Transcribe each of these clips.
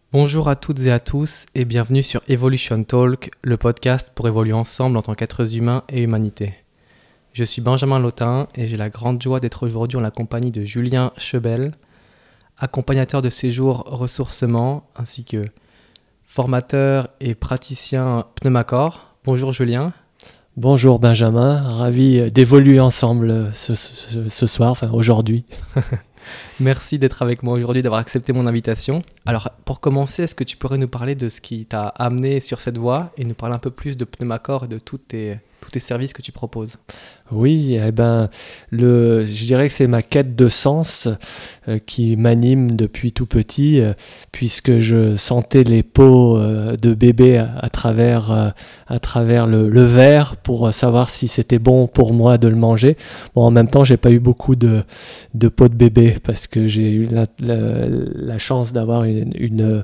Bonjour à toutes et à tous et bienvenue sur Evolution Talk, le podcast pour évoluer ensemble en tant qu'êtres humains et humanité. Je suis Benjamin Lotin et j'ai la grande joie d'être aujourd'hui en la compagnie de Julien Chebel, accompagnateur de séjour ressourcement ainsi que formateur et praticien Pneumacor. Bonjour Julien. Bonjour Benjamin, ravi d'évoluer ensemble ce soir, enfin aujourd'hui. Merci d'être avec moi aujourd'hui, d'avoir accepté mon invitation. Alors pour commencer, est-ce que tu pourrais nous parler de ce qui t'a amené sur cette voie et nous parler un peu plus de Pneumacor et de tous tes services que tu proposes? Oui, je dirais que c'est ma quête de sens qui m'anime depuis tout petit, puisque je sentais les peaux de bébé à travers le verre pour savoir si c'était bon pour moi de le manger. Bon, en même temps, j'ai pas eu beaucoup de peaux de bébé parce que j'ai eu la chance d'avoir une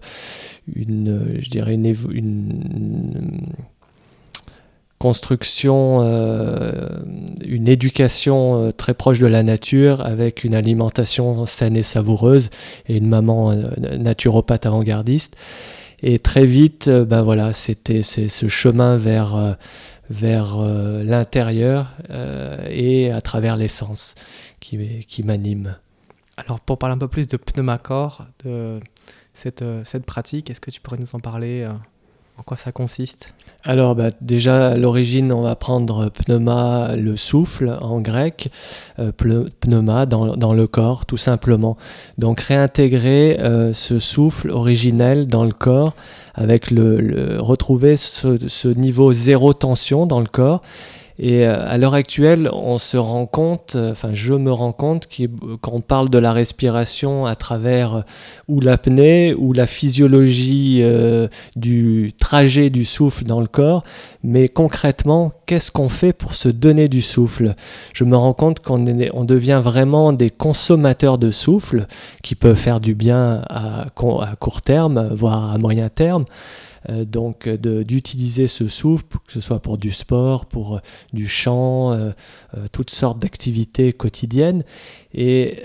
construction, une éducation très proche de la nature avec une alimentation saine et savoureuse et une maman naturopathe avant-gardiste. Et très vite, c'est ce chemin vers l'intérieur et à travers les sens qui m'anime. Alors pour parler un peu plus de Pneumacor, de cette pratique, est-ce que tu pourrais nous en parler? En quoi ça consiste? Alors déjà à l'origine on va prendre pneuma, le souffle en grec, pneuma dans le corps tout simplement. Donc réintégrer ce souffle originel dans le corps avec retrouver ce niveau zéro tension dans le corps. Et à l'heure actuelle, on se rend compte, je me rends compte quand on parle de la respiration à travers ou l'apnée ou la physiologie du trajet du souffle dans le corps, mais concrètement, qu'est-ce qu'on fait pour se donner du souffle? Je me rends compte qu'on devient vraiment des consommateurs de souffle qui peuvent faire du bien à court terme, voire à moyen terme. Donc d'utiliser ce souffle, que ce soit pour du sport, pour du chant, toutes sortes d'activités quotidiennes. Et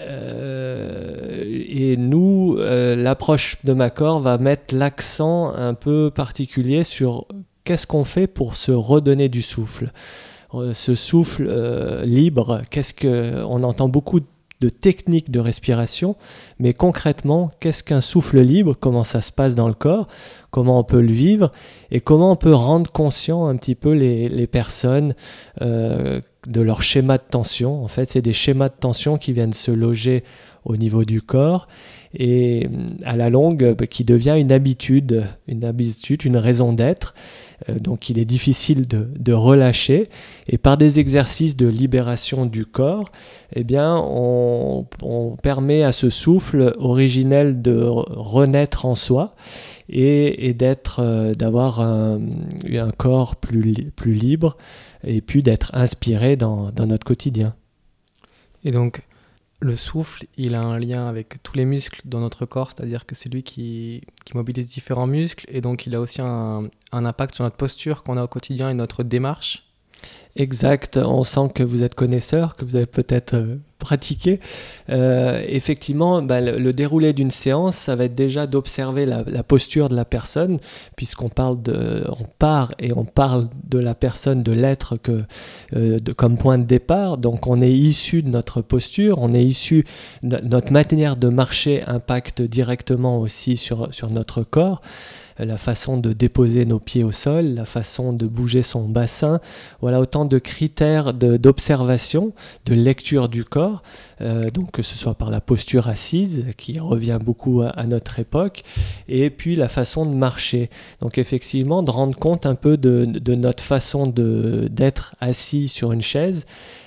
nous, l'approche Pneumacor va mettre l'accent un peu particulier sur qu'est-ce qu'on fait pour se redonner du souffle. Ce souffle libre, on entend beaucoup de techniques de respiration, mais concrètement, qu'est-ce qu'un souffle libre? Comment ça se passe dans le corps? Comment on peut le vivre? Et comment on peut rendre conscient un petit peu les personnes de leur schéma de tension? En fait, c'est des schémas de tension qui viennent se loger au niveau du corps et à la longue, qui devient une habitude, une raison d'être. Donc il est difficile de relâcher et par des exercices de libération du corps, on permet à ce souffle originel de renaître en soi et d'avoir un corps plus libre et puis d'être inspiré dans notre quotidien. Et donc le souffle, il a un lien avec tous les muscles dans notre corps, c'est-à-dire que c'est lui qui mobilise différents muscles et donc il a aussi un impact sur notre posture qu'on a au quotidien et notre démarche. Exact, on sent que vous êtes connaisseur, que vous avez peut-être pratiqué. Effectivement, le déroulé d'une séance, ça va être déjà d'observer la posture de la personne, puisqu'on parle on parle de la personne, de l'être comme point de départ. Donc on est issu de notre posture, notre manière de marcher impacte directement aussi sur notre corps. La façon de déposer nos pieds au sol, la façon de bouger son bassin, voilà autant de critères d'observation, de lecture du corps, donc que ce soit par la posture assise, qui revient beaucoup à notre époque, et puis la façon de marcher. Donc effectivement, de rendre compte un peu de notre façon d'être assis sur une chaise,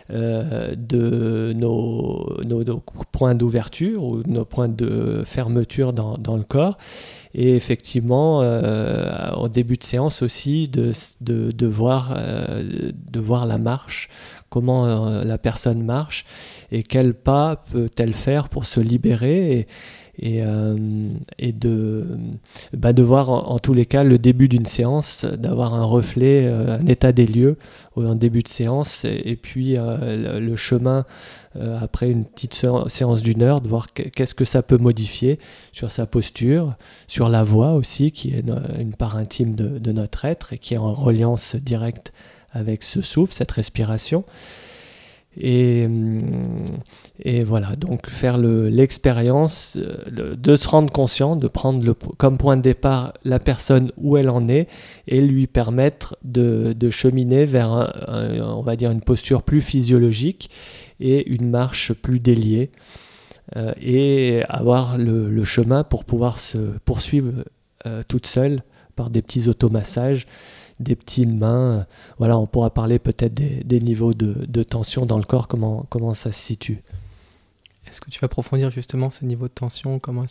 de nos points d'ouverture ou nos points de fermeture dans le corps. Et effectivement, au début de séance aussi, de voir la marche, comment la personne marche et quels pas peut-elle faire pour se libérer et de voir en tous les cas le début d'une séance, d'avoir un reflet, un état des lieux en début de séance, et puis le chemin après une petite séance d'1 heure, de voir qu'est-ce que ça peut modifier sur sa posture, sur la voix aussi, qui est une part intime de notre être et qui est en reliance directe avec ce souffle, cette respiration. Et voilà, donc faire l'expérience de se rendre conscient, de prendre comme point de départ la personne où elle en est et lui permettre de cheminer vers on va dire une posture plus physiologique et une marche plus déliée, et avoir le chemin pour pouvoir se poursuivre toute seule par des petits automassages, des petites mains. Voilà, on pourra parler peut-être des niveaux de tension dans le corps, comment ça se situe. Est-ce que tu vas approfondir justement ces niveaux de tension? Comment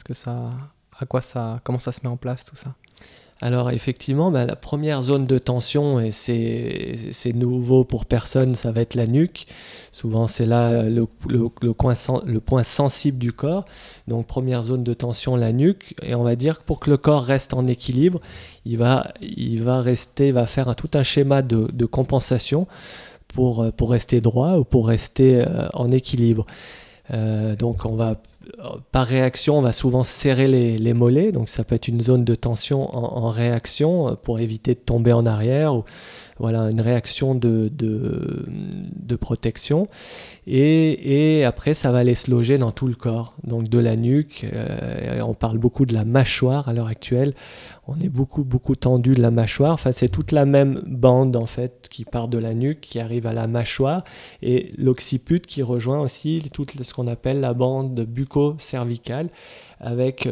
ça se met en place tout ça? Alors effectivement, la première zone de tension, et c'est nouveau pour personne, ça va être la nuque. Souvent c'est là le point sensible du corps. Donc première zone de tension, la nuque. Et on va dire que pour que le corps reste en équilibre, il va faire tout un schéma de compensation pour rester droit ou pour rester en équilibre. Donc par réaction, on va souvent serrer les mollets, donc ça peut être une zone de tension en réaction pour éviter de tomber en arrière, ou voilà, une réaction de protection. Et après, ça va aller se loger dans tout le corps, donc de la nuque. On parle beaucoup de la mâchoire à l'heure actuelle. On est beaucoup tendu de la mâchoire. Enfin, c'est toute la même bande en fait qui part de la nuque, qui arrive à la mâchoire, et l'occiput qui rejoint aussi tout ce qu'on appelle la bande bucco-cervicale, avec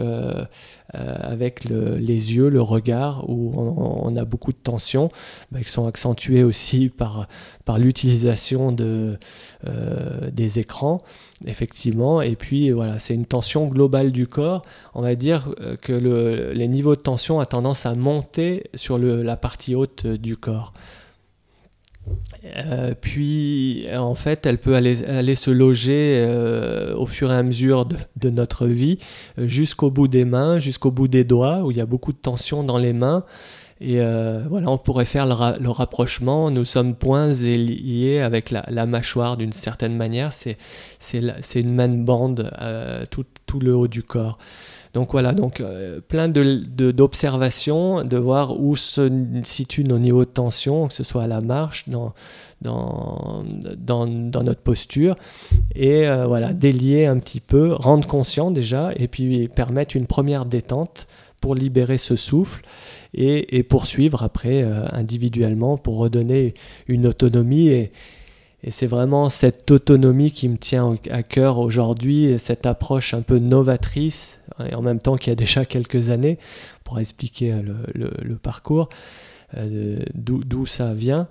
les yeux, le regard, où on a beaucoup de tensions qui sont accentuées aussi par l'utilisation des écrans, effectivement. Et puis voilà, c'est une tension globale du corps. On va dire que les niveaux de tension a tendance à monter sur la partie haute du corps. Puis en fait elle peut aller se loger au fur et à mesure de notre vie, jusqu'au bout des mains, jusqu'au bout des doigts, où il y a beaucoup de tension dans les mains. Et voilà, on pourrait faire le rapprochement. Nous sommes poings et liés avec la mâchoire d'une certaine manière. C'est une même bande, tout le haut du corps. Donc voilà, plein d'observations, de voir où se situent nos niveaux de tension, que ce soit à la marche, dans notre posture, et voilà, délier un petit peu, rendre conscient déjà, et puis permettre une première détente pour libérer ce souffle, et poursuivre après individuellement pour redonner une autonomie. Et c'est vraiment cette autonomie qui me tient à cœur aujourd'hui, cette approche un peu novatrice, et en même temps qu'il y a déjà quelques années, pour expliquer le parcours, d'où ça vient.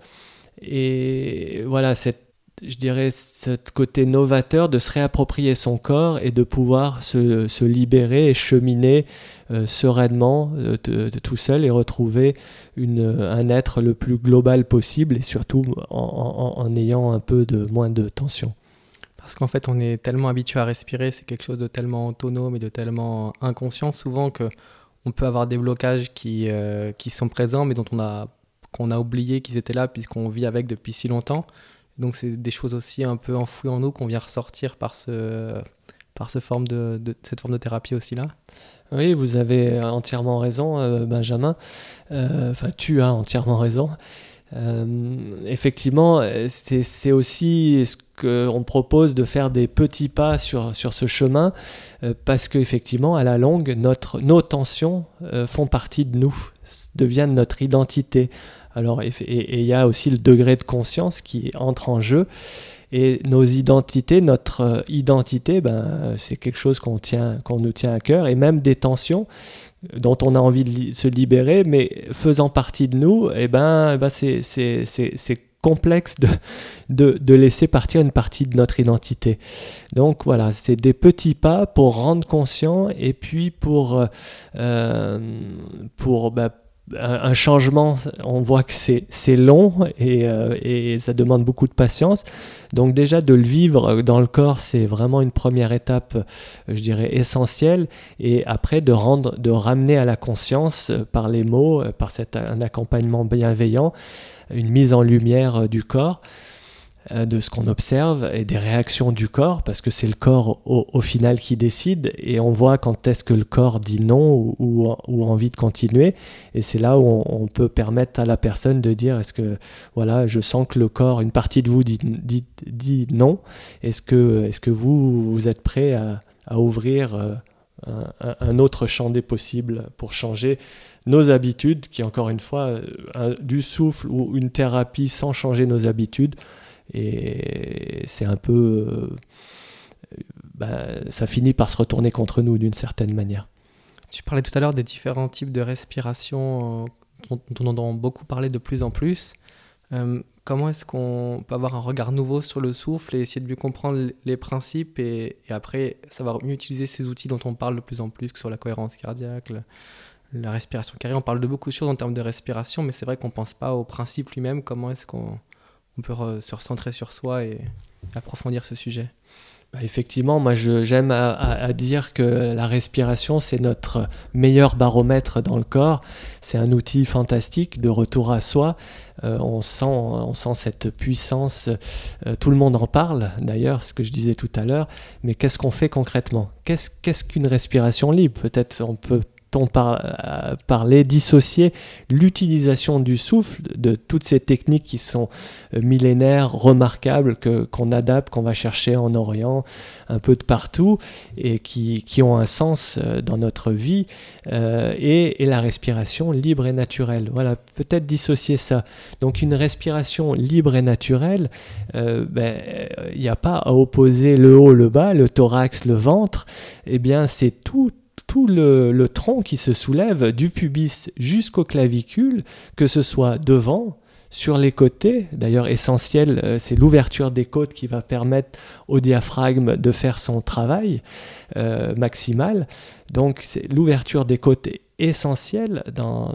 Et voilà, je dirais ce côté novateur de se réapproprier son corps et de pouvoir se libérer et cheminer sereinement de tout seul, et retrouver un être le plus global possible, et surtout en ayant un peu moins de tension. Parce qu'en fait on est tellement habitué à respirer, c'est quelque chose de tellement autonome et de tellement inconscient souvent qu'on peut avoir des blocages qui sont présents mais qu'on a oublié qu'ils étaient là puisqu'on vit avec depuis si longtemps. Donc c'est des choses aussi un peu enfouies en nous qu'on vient ressortir par cette forme de thérapie aussi là. Oui, vous avez entièrement raison, Benjamin. Tu as entièrement raison. Effectivement, c'est aussi ce qu'on propose, de faire des petits pas sur ce chemin, parce qu'effectivement, à la longue, nos tensions font partie de nous, deviennent notre identité. Alors, et il y a aussi le degré de conscience qui entre en jeu. Et notre identité, c'est quelque chose qu'on nous tient à cœur, et même des tensions dont on a envie de se libérer, mais faisant partie de nous, c'est complexe de laisser partir une partie de notre identité. Donc voilà, c'est des petits pas pour rendre conscient, et puis pour un changement, on voit que c'est long et ça demande beaucoup de patience. Donc déjà de le vivre dans le corps, c'est vraiment une première étape, je dirais, essentielle. Et après de ramener à la conscience par les mots, par un accompagnement bienveillant, une mise en lumière du corps, de ce qu'on observe et des réactions du corps, parce que c'est le corps au final qui décide, et on voit quand est-ce que le corps dit non ou envie de continuer, et c'est là où on peut permettre à la personne de dire est-ce que voilà, je sens que le corps, une partie de vous dit non, est-ce que vous êtes prêt à ouvrir un autre champ des possibles pour changer nos habitudes, qui encore une fois, du souffle ou une thérapie sans changer nos habitudes. Et c'est un peu... ça finit par se retourner contre nous d'une certaine manière. Tu parlais tout à l'heure des différents types de respiration dont on entend beaucoup parler de plus en plus. Comment est-ce qu'on peut avoir un regard nouveau sur le souffle et essayer de mieux comprendre les principes et après savoir mieux utiliser ces outils dont on parle de plus en plus, que ce soit la cohérence cardiaque, la respiration carrée. On parle de beaucoup de choses en termes de respiration, mais c'est vrai qu'on ne pense pas au principe lui-même. Comment est-ce qu'on peut se recentrer sur soi et approfondir ce sujet? Effectivement, moi j'aime à dire que la respiration, c'est notre meilleur baromètre dans le corps. C'est un outil fantastique de retour à soi. On sent cette puissance. Tout le monde en parle, d'ailleurs, ce que je disais tout à l'heure. Mais qu'est-ce qu'on fait concrètement ? Qu'est-ce qu'une respiration libre ? Peut-être on peut parler, dissocier l'utilisation du souffle de toutes ces techniques qui sont millénaires, remarquables, qu'on adapte, qu'on va chercher en Orient, un peu de partout, et qui ont un sens dans notre vie, et la respiration libre et naturelle. Voilà, peut-être dissocier ça. Donc une respiration libre et naturelle, il n'y a pas à opposer le haut, le bas, le thorax, le ventre. Eh bien, c'est tout le tronc qui se soulève du pubis jusqu'aux clavicules, que ce soit devant, sur les côtés. D'ailleurs, essentiel, c'est l'ouverture des côtes qui va permettre au diaphragme de faire son travail maximal. Donc, c'est l'ouverture des côtes est essentielle dans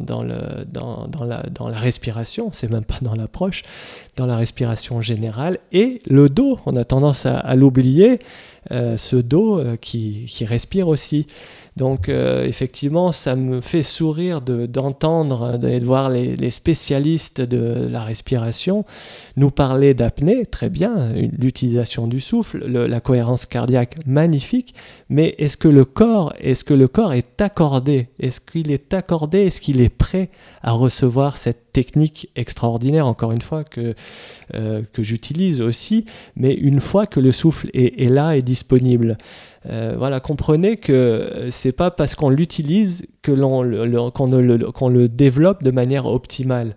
la respiration, c'est même pas dans l'approche, dans la respiration générale. Et le dos, on a tendance à l'oublier, ce dos qui respire aussi. Donc effectivement, ça me fait sourire d'entendre et de voir les spécialistes de la respiration nous parler d'apnée, très bien, l'utilisation du souffle, la cohérence cardiaque, magnifique, mais est-ce que le corps est accordé ? Est-ce qu'il est accordé ? Est-ce qu'il est prêt à recevoir cette technique extraordinaire, encore une fois, que j'utilise aussi, mais une fois que le souffle est là et disponible. Voilà, comprenez que c'est pas parce qu'on l'utilise que qu'on le développe de manière optimale.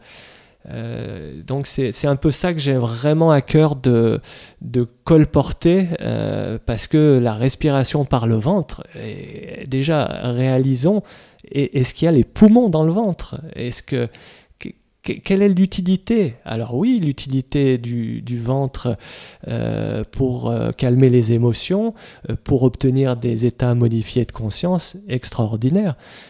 Donc c'est un peu ça que j'ai vraiment à cœur de colporter, parce que la respiration par le ventre, déjà réalisons, est-ce qu'il y a les poumons dans le ventre ? Quelle est l'utilité ? Alors oui, l'utilité du ventre pour calmer les émotions, pour obtenir des états modifiés de conscience, extraordinaire.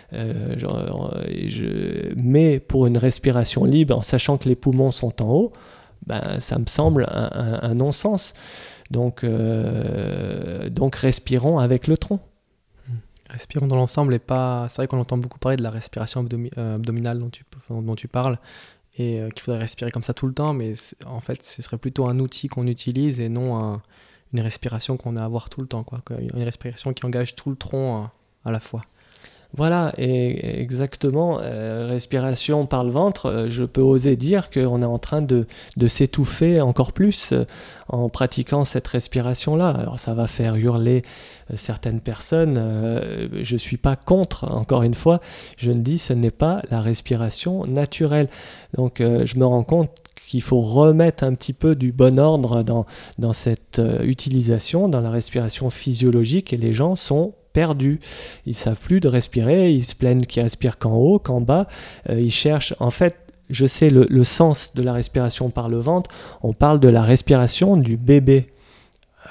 Mais pour une respiration libre, en sachant que les poumons sont en haut, ça me semble un non-sens. Donc respirons avec le tronc. Respirons dans l'ensemble et pas... C'est vrai qu'on entend beaucoup parler de la respiration abdominale dont tu parles et qu'il faudrait respirer comme ça tout le temps, mais en fait ce serait plutôt un outil qu'on utilise et non une respiration qu'on a à avoir tout le temps, quoi. Une respiration qui engage tout le tronc à la fois. Voilà, et exactement, respiration par le ventre, je peux oser dire qu'on est en train de s'étouffer encore plus en pratiquant cette respiration-là. Alors ça va faire hurler certaines personnes, je ne suis pas contre, encore une fois, je ne dis ce n'est pas la respiration naturelle. Donc je me rends compte qu'il faut remettre un petit peu du bon ordre dans cette utilisation, dans la respiration physiologique, et les gens sont perdus. Ils ne savent plus de respirer, ils se plaignent qu'ils respirent qu'en haut, qu'en bas. Ils cherchent, en fait, je sais le sens de la respiration par le ventre, on parle de la respiration du bébé.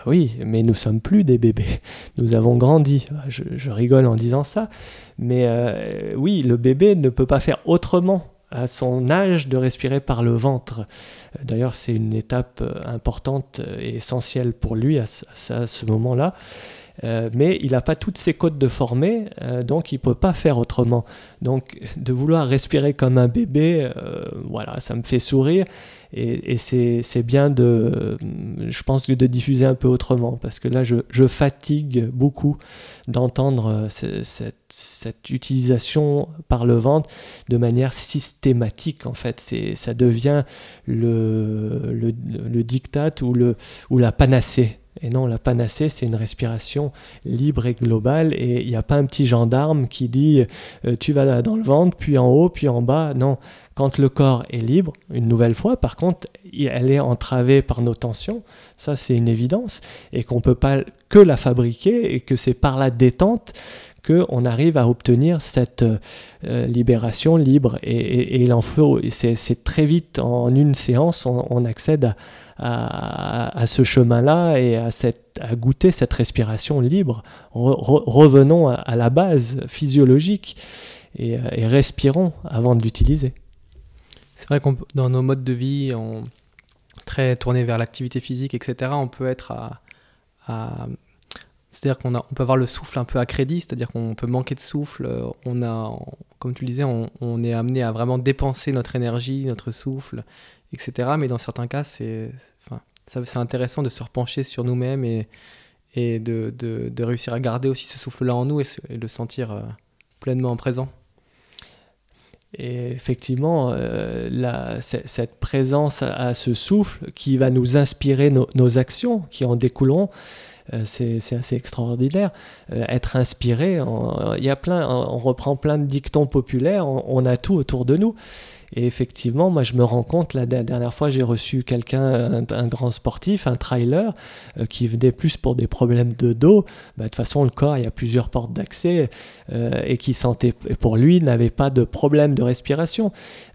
Oui, mais nous sommes plus des bébés. Nous avons grandi. Je rigole en disant ça. Mais oui, le bébé ne peut pas faire autrement à son âge de respirer par le ventre. D'ailleurs, c'est une étape importante et essentielle pour lui à ce moment-là. Mais il n'a pas toutes ses côtes de formées, donc il ne peut pas faire autrement. Donc de vouloir respirer comme un bébé, voilà, ça me fait sourire. Et c'est bien je pense, de diffuser un peu autrement, parce que là, je fatigue beaucoup d'entendre cette utilisation par le ventre de manière systématique. En fait, ça devient le diktat ou la panacée. Et non, la panacée, c'est une respiration libre et globale. Et il n'y a pas un petit gendarme qui dit tu vas dans le ventre, puis en haut, puis en bas. Non, quand le corps est libre, une nouvelle fois, par contre, elle est entravée par nos tensions. Ça, c'est une évidence. Et qu'on ne peut pas que la fabriquer et que c'est par la détente qu'on arrive à obtenir cette libération libre. Et il en faut, c'est très vite, en une séance, on accède à ce chemin-là et à goûter cette respiration libre. Revenons à la base physiologique et respirons avant de l'utiliser. C'est vrai que dans nos modes de vie, très tournés vers l'activité physique, etc., on peut être c'est-à-dire qu'on peut avoir le souffle un peu à crédit, c'est-à-dire qu'on peut manquer de souffle. Comme tu le disais, on est amené à vraiment dépenser notre énergie, notre souffle, etc. Mais dans certains cas, c'est intéressant de se repencher sur nous-mêmes et de réussir à garder aussi ce souffle-là en nous et le sentir pleinement présent. Et effectivement, cette présence à ce souffle qui va nous inspirer nos actions qui en découleront, c'est assez extraordinaire. Être inspiré, on reprend plein de dictons populaires, on a tout autour de nous. Et effectivement, moi je me rends compte, la dernière fois j'ai reçu quelqu'un, un grand sportif, un trailer, qui venait plus pour des problèmes de dos. De toute façon, le corps, il y a plusieurs portes d'accès, et qui pour lui, n'avait pas de problème de respiration.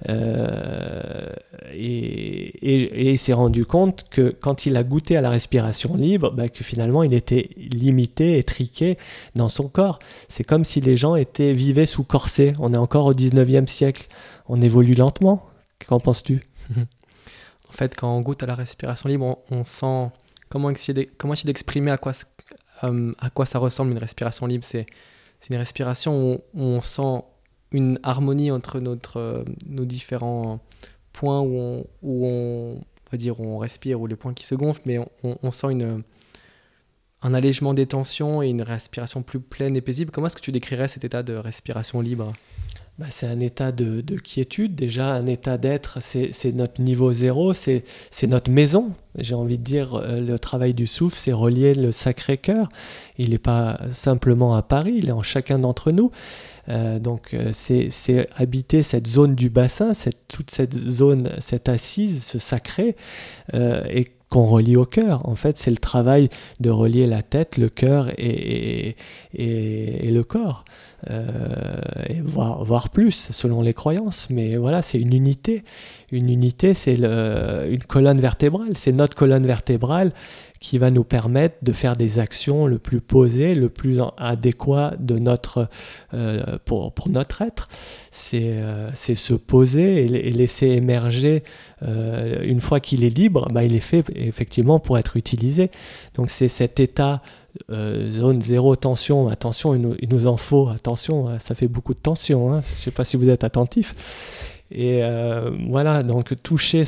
Et il s'est rendu compte que quand il a goûté à la respiration libre, que finalement il était limité, étriqué dans son corps. C'est comme si les gens vivaient sous corset. On est encore au 19e siècle. On évolue lentement. Qu'en penses-tu ? En fait, quand on goûte à la respiration libre, on sent comment essayer d'exprimer à quoi ça ressemble une respiration libre. C'est une respiration où on sent une harmonie entre nos différents points où on va dire où on respire, ou les points qui se gonflent, mais on sent un allègement des tensions et une respiration plus pleine et paisible. Comment est-ce que tu décrirais cet état de respiration libre ? C'est un état de quiétude, déjà un état d'être, c'est notre niveau zéro, c'est notre maison. J'ai envie de dire, le travail du souffle, c'est relier le Sacré-Cœur. Il n'est pas simplement à Paris, il est en chacun d'entre nous. Donc c'est habiter cette zone du bassin, toute cette zone, cette assise, ce sacré, et qu'on relie au cœur. En fait, c'est le travail de relier la tête, le cœur et le corps. Et voire plus, selon les croyances. Mais voilà, c'est une unité. Une unité, c'est une colonne vertébrale. C'est notre colonne vertébrale qui va nous permettre de faire des actions le plus posées, le plus adéquat pour notre être. C'est se poser et laisser émerger. Une fois qu'il est libre, il est fait effectivement pour être utilisé. Donc c'est cet état zone zéro tension. Attention, il nous en faut. Attention, ça fait beaucoup de tension. Je ne sais pas si vous êtes attentifs. Et voilà, donc toucher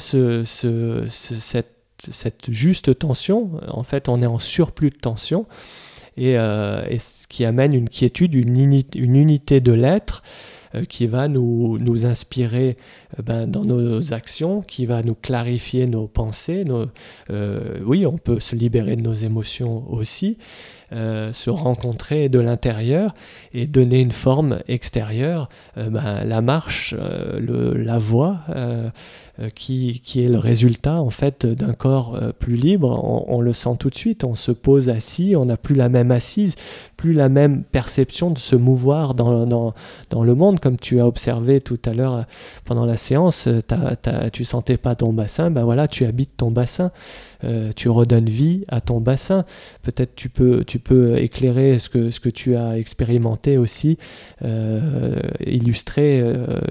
cette juste tension, en fait on est en surplus de tension, et ce qui amène une quiétude, une unité de l'être, qui va nous inspirer dans nos actions, qui va nous clarifier nos pensées. Oui, on peut se libérer de nos émotions aussi, se rencontrer de l'intérieur et donner une forme extérieure. La marche, la voix, qui est le résultat en fait d'un corps plus libre, on le sent tout de suite, on se pose assis, on n'a plus la même assise, plus la même perception de se mouvoir dans le monde, comme tu as observé tout à l'heure pendant la séance, tu sentais pas ton bassin, ben voilà, tu habites ton bassin, tu redonnes vie à ton bassin. Peut-être tu peux éclairer ce que tu as expérimenté aussi, illustrer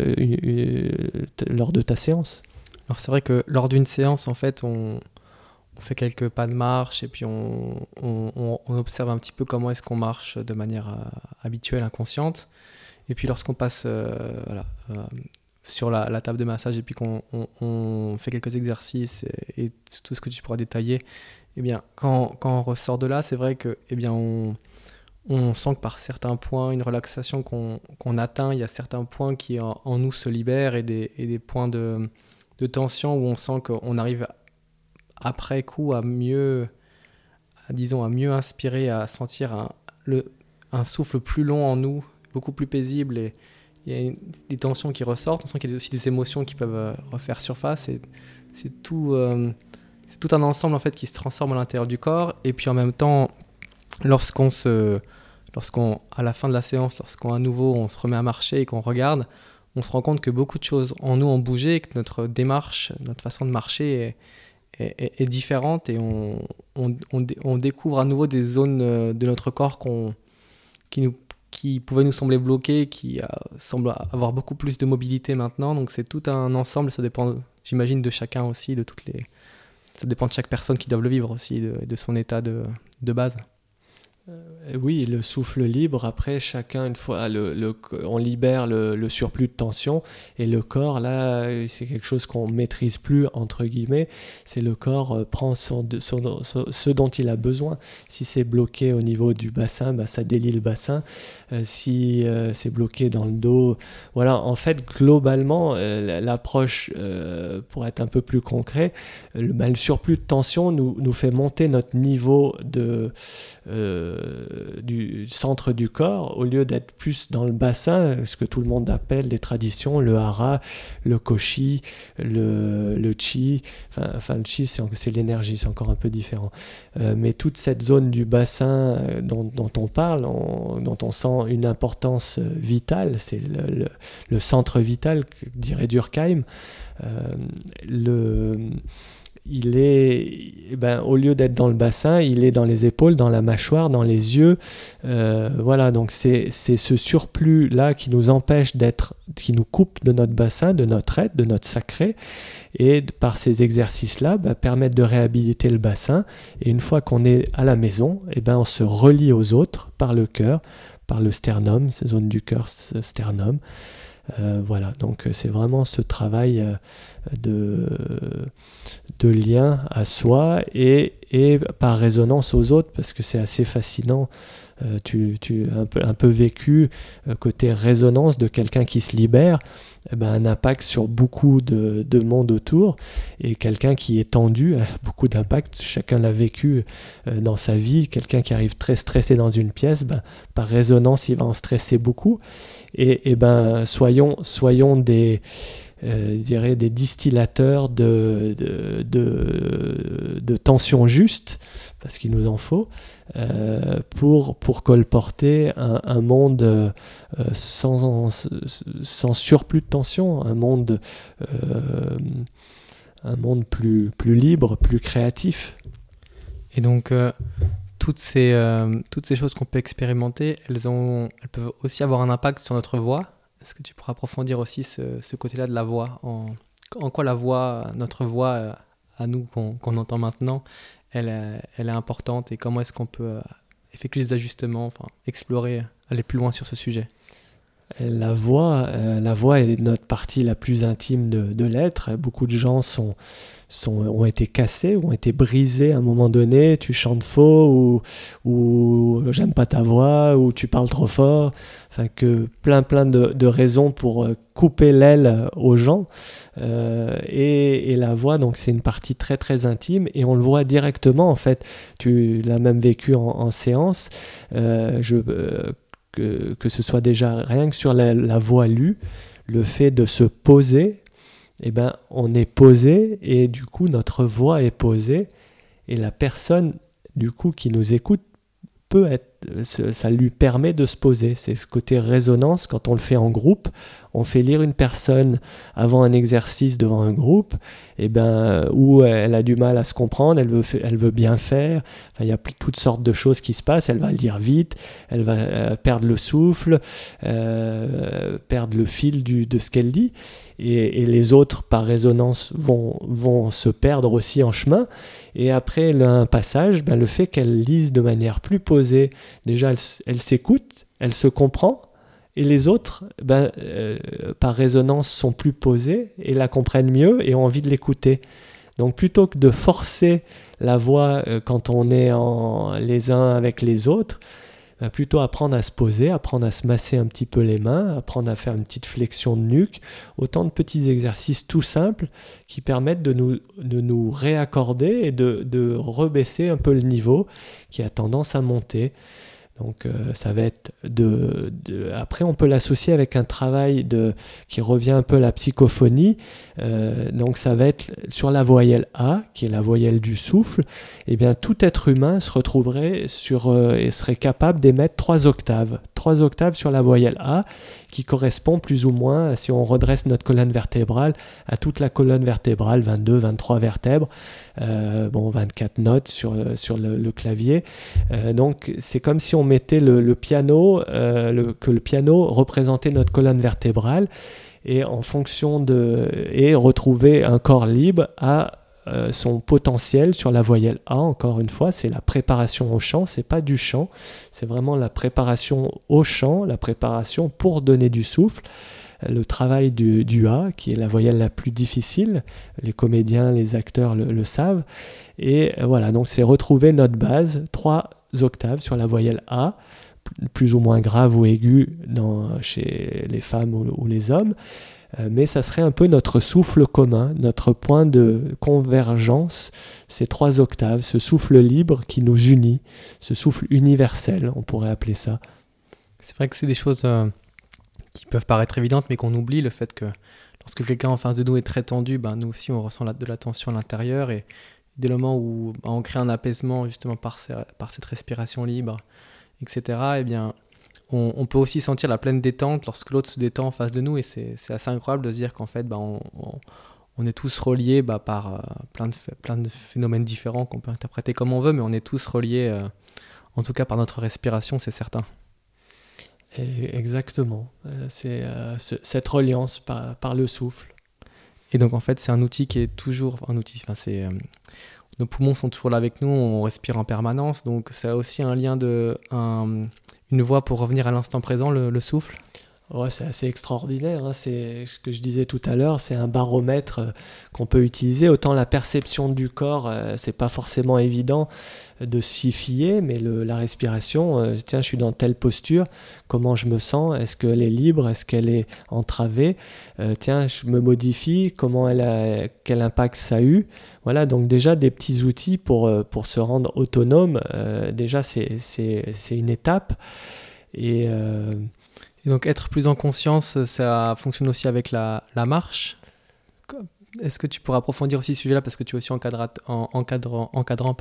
lors de ta séance. Alors c'est vrai que lors d'une séance, en fait, on fait quelques pas de marche et puis on observe un petit peu comment est-ce qu'on marche de manière habituelle, inconsciente. Et puis lorsqu'on passe sur la table de massage et puis qu'on fait quelques exercices et tout ce que tu pourras détailler, eh bien, quand on ressort de là, c'est vrai que on sent que par certains points, une relaxation qu'on atteint, il y a certains points qui en nous se libèrent et des points de tension où on sent qu'on arrive après coup à mieux inspirer, à sentir un souffle plus long en nous, beaucoup plus paisible, et il y a des tensions qui ressortent. On sent qu'il y a aussi des émotions qui peuvent refaire surface, et c'est tout un ensemble en fait qui se transforme à l'intérieur du corps. Et puis en même temps, lorsqu'on à la fin de la séance, lorsqu'on à nouveau on se remet à marcher et qu'on regarde, on se rend compte que beaucoup de choses en nous ont bougé et que notre démarche, notre façon de marcher est différente, et on découvre à nouveau des zones de notre corps qui pouvaient nous sembler bloquées, qui semblent avoir beaucoup plus de mobilité maintenant. Donc c'est tout un ensemble, ça dépend, j'imagine, de chacun aussi, ça dépend de chaque personne qui doit le vivre aussi, de son état de base. Oui, le souffle libre, après chacun, une fois on libère le surplus de tension, et le corps là c'est quelque chose qu'on maîtrise plus entre guillemets, c'est le corps prend ce dont il a besoin. Si c'est bloqué au niveau du bassin, ça délie le bassin, si c'est bloqué dans le dos, voilà. En fait globalement l'approche, pour être un peu plus concret, le surplus de tension nous fait monter notre niveau du centre du corps, au lieu d'être plus dans le bassin, ce que tout le monde appelle les traditions, le hara, le koshi, le chi, enfin le chi c'est l'énergie, c'est encore un peu différent, mais toute cette zone du bassin dont on parle, dont on sent une importance vitale, c'est le centre vital, dirait Durkheim. Il est, au lieu d'être dans le bassin, il est dans les épaules, dans la mâchoire, dans les yeux. Voilà, donc c'est ce surplus-là qui nous empêche qui nous coupe de notre bassin, de notre être, de notre sacré. Et par ces exercices-là, permettent de réhabiliter le bassin. Et une fois qu'on est à la maison, on se relie aux autres par le cœur, par le sternum, cette zone du cœur, ce sternum. Voilà, donc c'est vraiment ce travail de lien à soi et par résonance aux autres, parce que c'est assez fascinant. Tu as un peu vécu côté résonance de quelqu'un qui se libère, un impact sur beaucoup de monde autour, et quelqu'un qui est tendu a beaucoup d'impact. Chacun l'a vécu dans sa vie. Quelqu'un qui arrive très stressé dans une pièce, par résonance il va en stresser beaucoup, et soyons des des distillateurs de tension juste, parce qu'il nous en faut, pour colporter un monde sans surplus de tension, un monde plus libre, plus créatif. Et donc toutes ces choses qu'on peut expérimenter, elles peuvent aussi avoir un impact sur notre voix. Est-ce que tu pourras approfondir aussi ce côté-là de la voix, en quoi la voix, notre voix à nous qu'on entend maintenant, elle est importante, et comment est-ce qu'on peut effectuer des ajustements, explorer, aller plus loin sur ce sujet? La voix est notre partie la plus intime de l'être. Beaucoup de gens ont été cassés, ont été brisés à un moment donné. Tu chantes faux ou j'aime pas ta voix ou tu parles trop fort. Enfin, que plein de raisons pour couper l'aile aux gens. Et la voix, donc c'est une partie très très intime et on le voit directement en fait. Tu l'as même vécu en séance. Que ce soit déjà rien que sur la voix lue, le fait de se poser, eh ben, on est posé et du coup notre voix est posée et la personne du coup qui nous écoute ça lui permet de se poser. C'est ce côté résonance quand on le fait en groupe. On fait lire une personne avant un exercice devant un groupe, et ben, où elle a du mal à se comprendre, elle veut bien faire. Enfin, il y a toutes sortes de choses qui se passent. Elle va lire vite, elle va perdre le souffle, perdre le fil de ce qu'elle dit. Et les autres, par résonance, vont se perdre aussi en chemin. Et après un passage, ben, le fait qu'elle lise de manière plus posée, déjà elle s'écoute, elle se comprend, et les autres, par résonance, sont plus posés et la comprennent mieux et ont envie de l'écouter. Donc plutôt que de forcer la voix quand on est les uns avec les autres, plutôt apprendre à se poser, apprendre à se masser un petit peu les mains, apprendre à faire une petite flexion de nuque, autant de petits exercices tout simples qui permettent de nous réaccorder et de rebaisser un peu le niveau qui a tendance à monter. Donc ça va être après on peut l'associer avec un travail qui revient un peu à la psychophonie. Donc ça va être sur la voyelle A, qui est la voyelle du souffle. Et bien tout être humain se retrouverait et serait capable d'émettre 3 octaves sur la voyelle A, qui correspond plus ou moins, si on redresse notre colonne vertébrale, à toute la colonne vertébrale, 22, 23 vertèbres, 24 notes sur le clavier. Donc c'est comme si on mettait le piano, que le piano représentait notre colonne vertébrale, et en fonction et retrouver un corps libre à son potentiel sur la voyelle A. Encore une fois, c'est la préparation au chant, c'est pas du chant, c'est vraiment la préparation au chant, la préparation pour donner du souffle. Le travail du A, qui est la voyelle la plus difficile, les comédiens, les acteurs le savent. Et voilà, donc c'est retrouver notre base, 3 octaves sur la voyelle A, plus ou moins grave ou aiguë chez les femmes ou les hommes. Mais ça serait un peu notre souffle commun, notre point de convergence, ces 3 octaves, ce souffle libre qui nous unit, ce souffle universel, on pourrait appeler ça. C'est vrai que c'est des choses qui peuvent paraître évidentes, mais qu'on oublie, le fait que lorsque quelqu'un en face de nous est très tendu, nous aussi on ressent de la tension à l'intérieur, et dès le moment où on crée un apaisement justement par cette respiration libre, etc., eh bien, on peut aussi sentir la pleine détente lorsque l'autre se détend en face de nous, et c'est assez incroyable de se dire qu'en fait on est tous reliés par plein de phénomènes différents qu'on peut interpréter comme on veut, mais on est tous reliés en tout cas par notre respiration, c'est certain. Et exactement, c'est cette reliance par le souffle. Et donc en fait c'est un outil qui est toujours nos poumons sont toujours là avec nous, on respire en permanence, donc ça a aussi un lien une voie pour revenir à l'instant présent, le souffle. Ouais, c'est assez extraordinaire, hein. C'est ce que je disais tout à l'heure, c'est un baromètre qu'on peut utiliser. Autant la perception du corps, c'est pas forcément évident de s'y fier, mais la respiration, tiens, je suis dans telle posture, comment je me sens, est-ce qu'elle est libre, est-ce qu'elle est entravée, tiens, je me modifie, quel impact ça a eu. Voilà, donc déjà des petits outils pour se rendre autonome, déjà c'est une étape. Et donc être plus en conscience, ça fonctionne aussi avec la marche. Est-ce que tu pourrais approfondir aussi ce sujet-là, parce que tu es aussi encadrant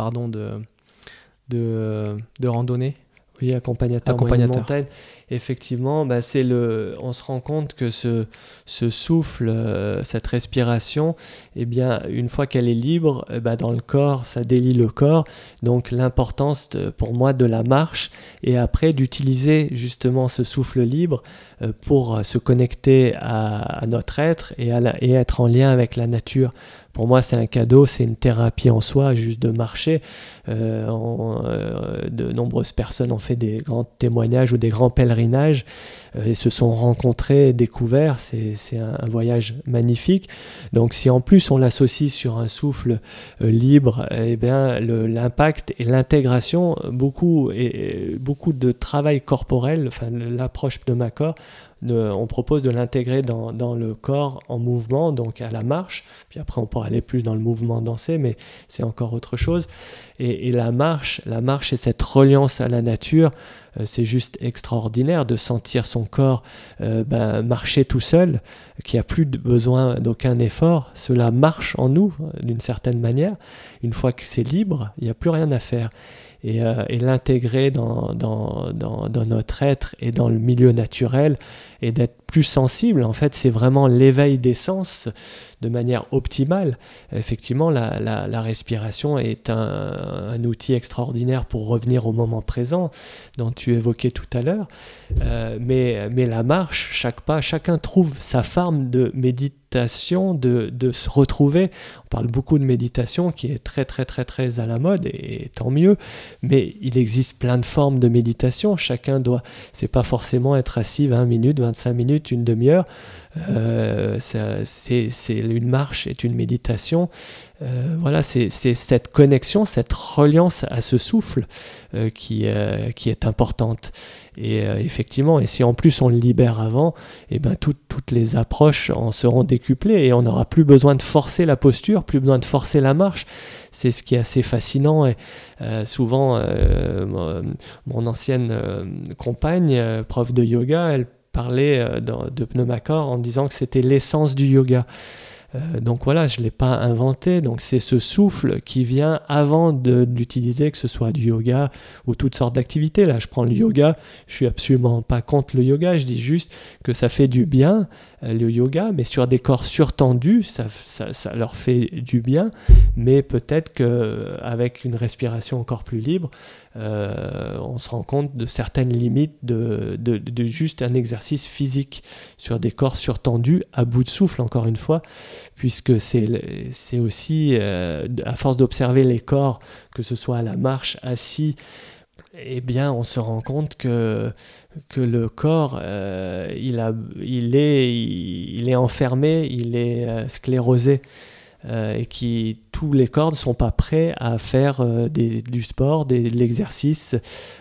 de randonnée? Oui, accompagnateur. Moyenne montagne. Effectivement, on se rend compte que ce souffle, cette respiration, eh bien, une fois qu'elle est libre, dans le corps, ça délie le corps. Donc l'importance pour moi de la marche, et après d'utiliser justement ce souffle libre pour se connecter à notre être et être en lien avec la nature. Pour moi, c'est un cadeau, c'est une thérapie en soi, juste de marcher. De nombreuses personnes ont fait des grands témoignages ou des grands pèlerinages pèlerinage et se sont rencontrés, découverts. C'est un voyage magnifique. Donc si en plus on l'associe sur un souffle libre, eh bien l'impact et l'intégration, beaucoup de travail corporel, enfin l'approche pneumacore, on propose de l'intégrer dans le corps en mouvement, donc à la marche. Puis après on pourra aller plus dans le mouvement dansé, mais c'est encore autre chose. Et la marche et cette reliance à la nature, c'est juste extraordinaire de sentir son corps marcher tout seul, qui n'a plus besoin d'aucun effort. Cela marche en nous d'une certaine manière. Une fois que c'est libre, il n'y a plus rien à faire. Et l'intégrer dans notre être et dans le milieu naturel et d'être plus sensible, en fait, c'est vraiment l'éveil des sens de manière optimale. Effectivement, la respiration est un outil extraordinaire pour revenir au moment présent, dont tu évoquais tout à l'heure. Mais la marche, chaque pas, chacun trouve sa forme de méditation, de se retrouver. On parle beaucoup de méditation qui est très très très très à la mode, et tant mieux, mais il existe plein de formes de méditation. Chacun c'est pas forcément être assis 20 minutes, 25 minutes, une demi-heure. Une marche est une méditation. Voilà, c'est cette connexion, cette reliance à ce souffle qui est importante. Et effectivement, et si en plus on le libère avant, et ben toutes les approches en seront décuplées et on n'aura plus besoin de forcer la posture, plus besoin de forcer la marche. C'est ce qui est assez fascinant. Et souvent, mon ancienne compagne, prof de yoga, elle parlait de pneumacore en disant que c'était l'essence du yoga. Donc voilà, je ne l'ai pas inventé, donc c'est ce souffle qui vient avant de l'utiliser, que ce soit du yoga ou toutes sortes d'activités. Là, je prends le yoga, je ne suis absolument pas contre le yoga, je dis juste que ça fait du bien, le yoga, mais sur des corps surtendus, ça leur fait du bien, mais peut-être qu'avec une respiration encore plus libre, on se rend compte de certaines limites de juste un exercice physique sur des corps surtendus, à bout de souffle, encore une fois, puisque c'est aussi, à force d'observer les corps, que ce soit à la marche, assis, eh bien, on se rend compte que le corps, il est enfermé, il est sclérosé. Et tous les corps ne sont pas prêts à faire du sport, de l'exercice,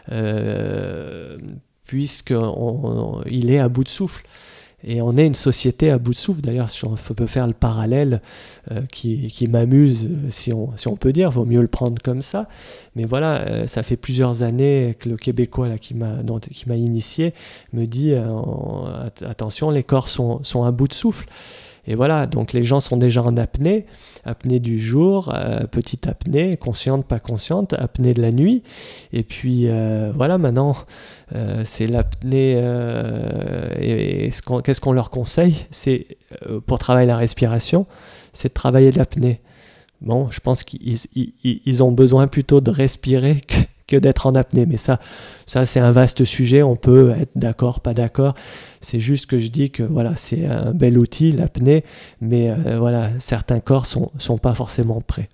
puisqu'il est à bout de souffle. Et on est une société à bout de souffle. D'ailleurs, si on peut faire le parallèle qui m'amuse, si on peut dire, vaut mieux le prendre comme ça. Mais voilà, ça fait plusieurs années que le Québécois là, qui m'a initié me dit attention, les corps sont à bout de souffle. Et voilà, donc les gens sont déjà en apnée du jour, petite apnée, consciente, pas consciente, apnée de la nuit. Et puis voilà, maintenant, c'est l'apnée. Qu'est-ce qu'on leur conseille ? C'est, pour travailler la respiration, c'est de travailler l'apnée. Bon, je pense qu'ils ont besoin plutôt de respirer que d'être en apnée. Mais ça c'est un vaste sujet, on peut être d'accord, pas d'accord. C'est juste que je dis que voilà, c'est un bel outil, l'apnée, mais voilà, certains corps sont pas forcément prêts.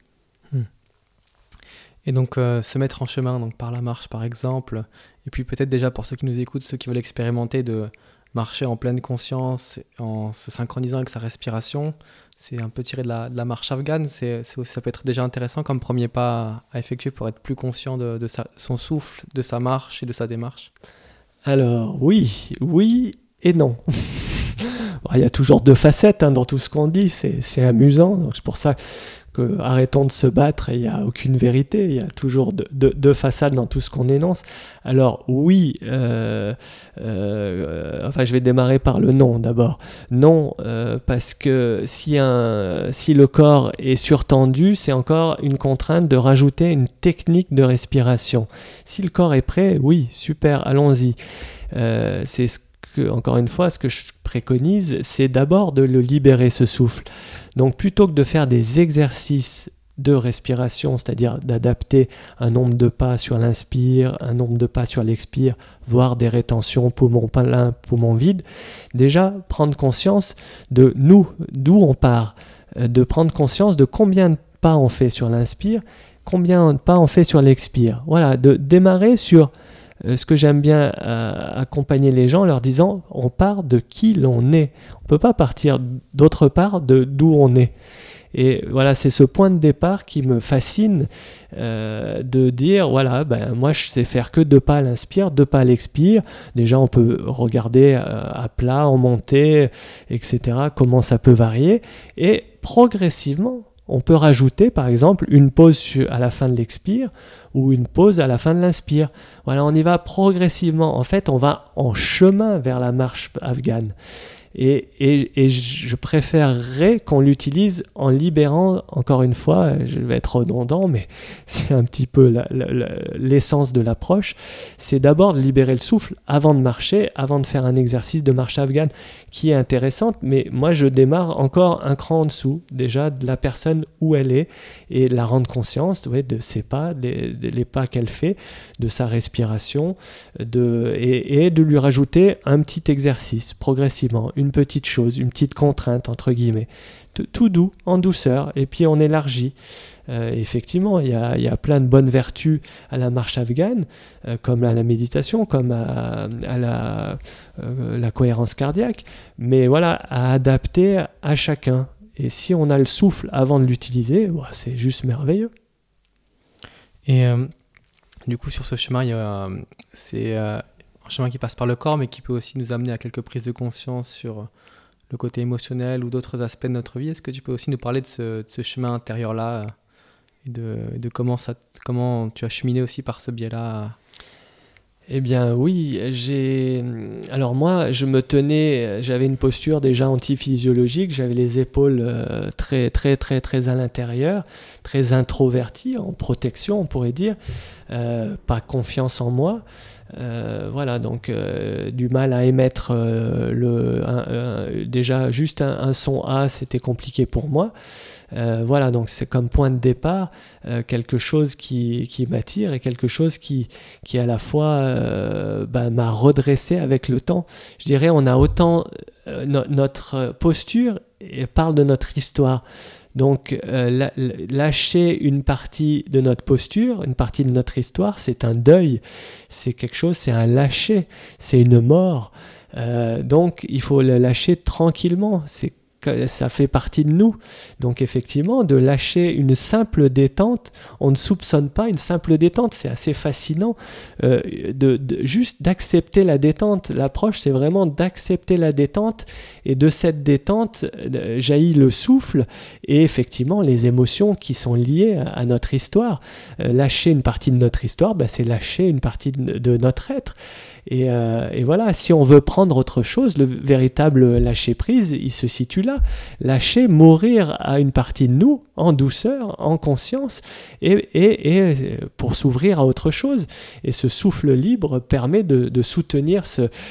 Et donc se mettre en chemin, donc par la marche par exemple, et puis peut-être déjà pour ceux qui nous écoutent, ceux qui veulent expérimenter de marcher en pleine conscience, en se synchronisant avec sa respiration, c'est un peu tiré de la marche afghane, ça peut être déjà intéressant comme premier pas à effectuer pour être plus conscient de son souffle, de sa marche et de sa démarche. Alors oui et non. Il y a toujours deux facettes dans tout ce qu'on dit, c'est amusant, donc c'est pour ça que arrêtons de se battre, il n'y a aucune vérité, il y a toujours deux façades dans tout ce qu'on énonce. Alors oui, je vais démarrer par le non d'abord. Non, parce que si le corps est surtendu, c'est encore une contrainte de rajouter une technique de respiration. Si le corps est prêt, oui, super, allons-y. C'est encore une fois, ce que je préconise, c'est d'abord de le libérer, ce souffle. Donc plutôt que de faire des exercices de respiration, c'est-à-dire d'adapter un nombre de pas sur l'inspire, un nombre de pas sur l'expire, voire des rétentions poumon plein, poumon vide, déjà prendre conscience de d'où on part, de prendre conscience de combien de pas on fait sur l'inspire, combien de pas on fait sur l'expire. Voilà, de démarrer sur ce que j'aime bien accompagner les gens en leur disant, on part de qui l'on est. On ne peut pas partir d'autre part d'où on est. Et voilà, c'est ce point de départ qui me fascine, de dire, voilà, moi je sais faire que 2 pas à l'inspire, 2 pas à l'expire. Déjà, on peut regarder à plat, en montée, etc., comment ça peut varier. Et progressivement, on peut rajouter, par exemple, une pause à la fin de l'expire ou une pause à la fin de l'inspire. Voilà, on y va progressivement. En fait, on va en chemin vers la marche afghane. Et je préférerais qu'on l'utilise en libérant, encore une fois, je vais être redondant, mais c'est un petit peu l'essence de l'approche, c'est d'abord de libérer le souffle avant de marcher, avant de faire un exercice de marche afghane qui est intéressante, mais moi je démarre encore un cran en dessous, déjà de la personne où elle est, et de la rendre conscience de ses pas, les pas qu'elle fait, de sa respiration, et de lui rajouter un petit exercice progressivement, une petite chose, une petite contrainte entre guillemets, tout doux, en douceur, et puis on élargit. Effectivement, il y a plein de bonnes vertus à la marche afghane, comme à la méditation, comme à la cohérence cardiaque, mais voilà, à adapter à chacun. Et si on a le souffle avant de l'utiliser, c'est juste merveilleux. Et du coup, sur ce chemin, c'est un chemin qui passe par le corps, mais qui peut aussi nous amener à quelques prises de conscience sur le côté émotionnel ou d'autres aspects de notre vie. Est-ce que tu peux aussi nous parler de ce chemin intérieur-là et de comment tu as cheminé aussi par ce biais-là? Eh bien oui, alors moi j'avais une posture déjà antiphysiologique, j'avais les épaules très très très très à l'intérieur, très introverties, en protection on pourrait dire, pas confiance en moi. Voilà, donc du mal à émettre déjà juste un son A, c'était compliqué pour moi. Voilà, donc c'est comme point de départ quelque chose qui m'attire et quelque chose qui à la fois m'a redressé avec le temps. Je dirais, on a autant notre posture parle de notre histoire. Donc lâcher une partie de notre posture, une partie de notre histoire, c'est un deuil, c'est quelque chose, c'est un lâcher, c'est une mort. Donc il faut le lâcher tranquillement, ça fait partie de nous. Donc effectivement, de lâcher une simple détente, on ne soupçonne pas une simple détente, c'est assez fascinant, juste d'accepter la détente. L'approche, c'est vraiment d'accepter la détente, et de cette détente jaillit le souffle et effectivement les émotions qui sont liées à notre histoire. Lâcher une partie de notre histoire, c'est lâcher une partie de notre être. Et voilà, si on veut prendre autre chose, le véritable lâcher-prise, il se situe là. Lâcher, mourir à une partie de nous, en douceur, en conscience, et pour s'ouvrir à autre chose. Et ce souffle libre permet de soutenir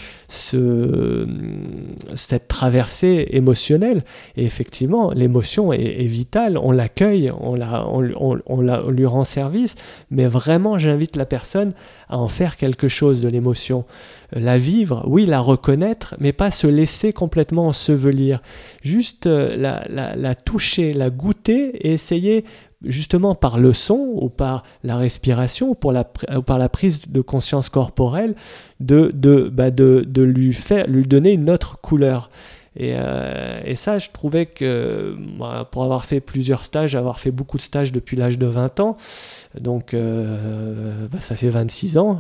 cette traversée émotionnelle. Et effectivement, l'émotion est vitale, on l'accueille, on lui rend service, mais vraiment j'invite la personne à en faire quelque chose de l'émotion. La vivre, oui, la reconnaître, mais pas se laisser complètement ensevelir. Juste la toucher, la goûter et essayer justement par le son ou par la respiration ou par la prise de conscience corporelle de lui donner une autre couleur. Et ça, je trouvais que pour avoir fait plusieurs stages, avoir fait beaucoup de stages depuis l'âge de 20 ans, donc ça fait 26 ans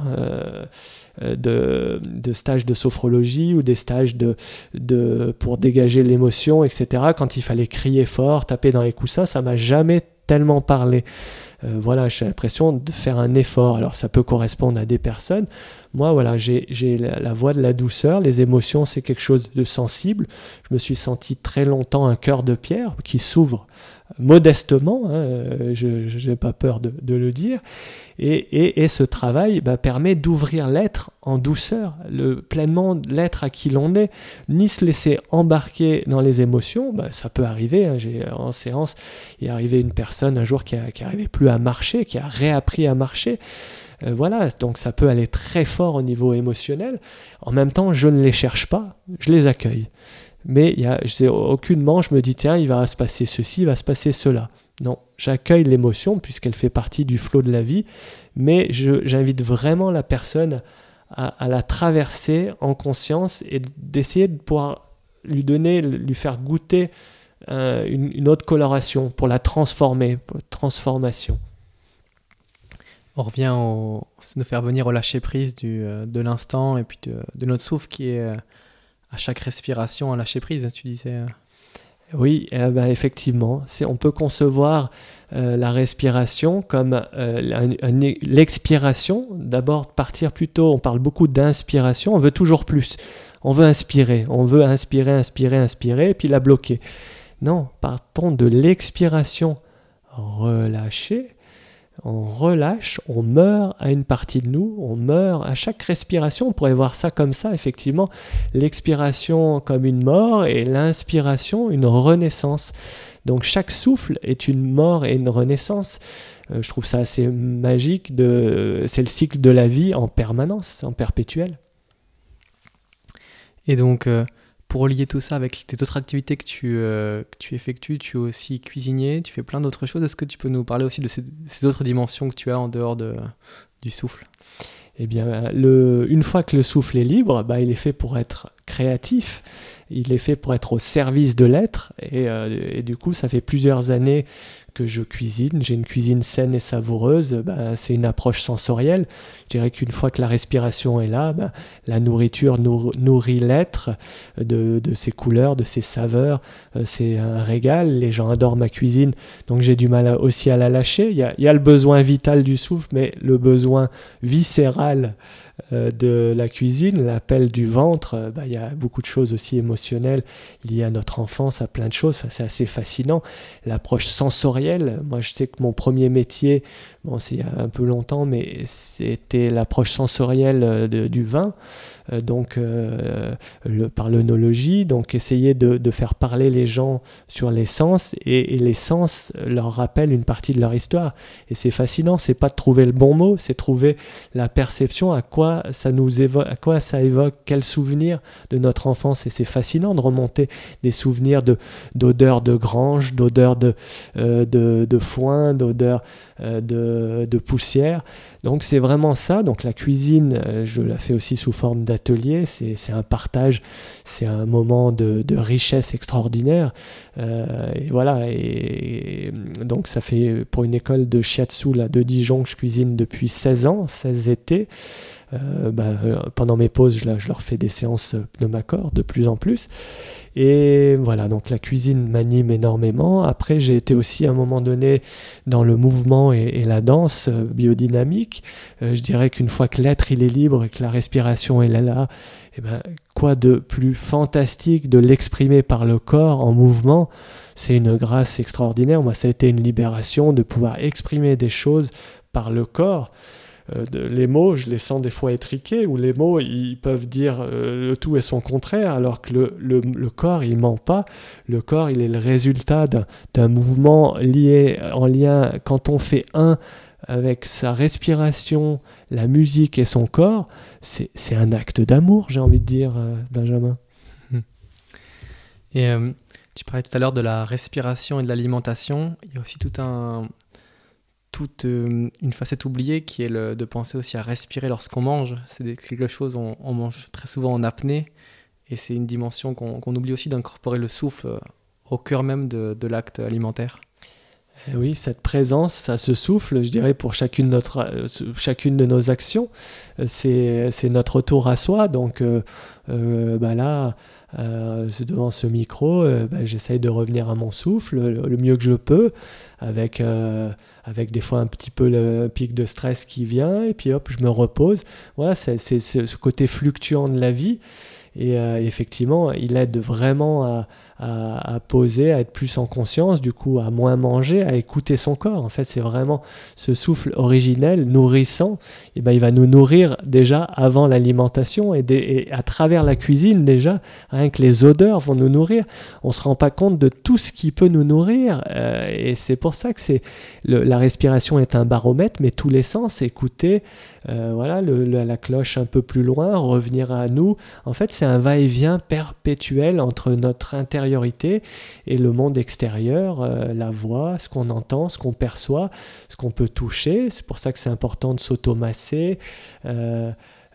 de stages de sophrologie ou des stages pour dégager l'émotion, etc. Quand il fallait crier fort, taper dans les coussins, ça m'a jamais tellement parlé. Voilà, j'ai l'impression de faire un effort. Alors ça peut correspondre à des personnes. Moi, voilà, j'ai la voix de la douceur. Les émotions, c'est quelque chose de sensible. Je me suis senti très longtemps un cœur de pierre qui s'ouvre modestement, je n'ai pas peur de le dire, et ce travail permet d'ouvrir l'être en douceur, pleinement l'être à qui l'on est, ni se laisser embarquer dans les émotions. Ça peut arriver, en séance, il est arrivé une personne un jour qui n'arrivait plus à marcher, qui a réappris à marcher. Voilà, donc ça peut aller très fort au niveau émotionnel. En même temps, je ne les cherche pas, je les accueille. Mais aucunement, je me dis, tiens, il va se passer ceci, il va se passer cela. Non, j'accueille l'émotion puisqu'elle fait partie du flot de la vie, mais j'invite vraiment la personne à la traverser en conscience et d'essayer de pouvoir lui faire goûter une autre coloration pour la transformer, pour la transformation. On revient nous faire venir au lâcher-prise de l'instant et puis de notre souffle qui est à chaque respiration un lâcher-prise, tu disais. Oui, effectivement, on peut concevoir la respiration comme l'expiration. D'abord, partir plutôt, on parle beaucoup d'inspiration, on veut toujours plus. On veut inspirer, et puis la bloquer. Non, partons de l'expiration. Relâcher, on relâche, on meurt à une partie de nous, on meurt à chaque respiration. On pourrait voir ça comme ça, effectivement. L'expiration comme une mort et l'inspiration une renaissance. Donc chaque souffle est une mort et une renaissance. Je trouve ça assez magique. C'est le cycle de la vie en permanence, en perpétuel. Et donc, pour lier tout ça avec tes autres activités que tu effectues, tu es aussi cuisinier, tu fais plein d'autres choses. Est-ce que tu peux nous parler aussi de ces autres dimensions que tu as en dehors du souffle ? Eh bien, une fois que le souffle est libre, il est fait pour être créatif, il est fait pour être au service de l'être. Et du coup, ça fait plusieurs années que je cuisine. J'ai une cuisine saine et savoureuse. C'est une approche sensorielle. Je dirais qu'une fois que la respiration est là, la nourriture nourrit l'être de ses couleurs, de ses saveurs. C'est un régal. Les gens adorent ma cuisine, donc j'ai du mal aussi à la lâcher. Il y a le besoin vital du souffle, mais le besoin viscéral de la cuisine, l'appel du ventre, il y a beaucoup de choses aussi émotionnelles liées à notre enfance, à plein de choses. C'est assez fascinant. L'approche sensorielle, moi je sais que mon premier métier, c'est il y a un peu longtemps, mais c'était l'approche sensorielle du vin, par l'œnologie, donc essayer de faire parler les gens sur les sens, et les sens leur rappellent une partie de leur histoire. Et c'est fascinant, c'est pas de trouver le bon mot, c'est trouver la perception, à quoi ça évoque, quel souvenir de notre enfance. Et c'est fascinant de remonter des souvenirs d'odeurs de grange, d'odeurs de foin, d'odeurs de poussière. Donc c'est vraiment ça. Donc la cuisine, je la fais aussi sous forme d'atelier. C'est un partage, c'est un moment de richesse extraordinaire. Et voilà. Et donc ça fait pour une école de shiatsu de Dijon que je cuisine depuis 16 ans, 16 étés. Pendant mes pauses, je leur fais des séances pneumacor de plus en plus. Et voilà, donc la cuisine m'anime énormément. Après, j'ai été aussi à un moment donné dans le mouvement et la danse biodynamique. Je dirais qu'une fois que l'être il est libre et que la respiration elle est là, quoi de plus fantastique de l'exprimer par le corps en mouvement. C'est une grâce extraordinaire. Moi, ça a été une libération de pouvoir exprimer des choses par le corps. Les mots, je les sens des fois étriqués, ou les mots, ils peuvent dire le tout et son contraire, alors que le corps, il ment pas. Le corps, il est le résultat d'un mouvement en lien, quand on fait un avec sa respiration, la musique et son corps, c'est un acte d'amour, j'ai envie de dire, Benjamin. Et tu parlais tout à l'heure de la respiration et de l'alimentation. Il y a aussi toute une facette oubliée qui est de penser aussi à respirer lorsqu'on mange. C'est quelque chose, on mange très souvent en apnée, et c'est une dimension qu'on oublie aussi, d'incorporer le souffle au cœur même de l'acte alimentaire. Oui, cette présence, ça se souffle, je dirais, pour chacune de nos actions. C'est notre retour à soi. Donc là, devant ce micro, j'essaye de revenir à mon souffle le mieux que je peux, avec des fois un petit peu le pic de stress qui vient, et puis hop, je me repose. Voilà, c'est ce côté fluctuant de la vie. Et effectivement, il aide vraiment à poser, à être plus en conscience, du coup à moins manger, à écouter son corps. En fait, c'est vraiment ce souffle originel, nourrissant. Et il va nous nourrir déjà avant l'alimentation, et à travers la cuisine déjà, rien que les odeurs vont nous nourrir. On ne se rend pas compte de tout ce qui peut nous nourrir, et c'est pour ça que la respiration est un baromètre, mais tous les sens, écouter, la cloche un peu plus loin, revenir à nous. En fait, c'est un va-et-vient perpétuel entre notre intériorité et le monde extérieur, la voix, ce qu'on entend, ce qu'on perçoit, ce qu'on peut toucher. C'est pour ça que c'est important de s'automasser,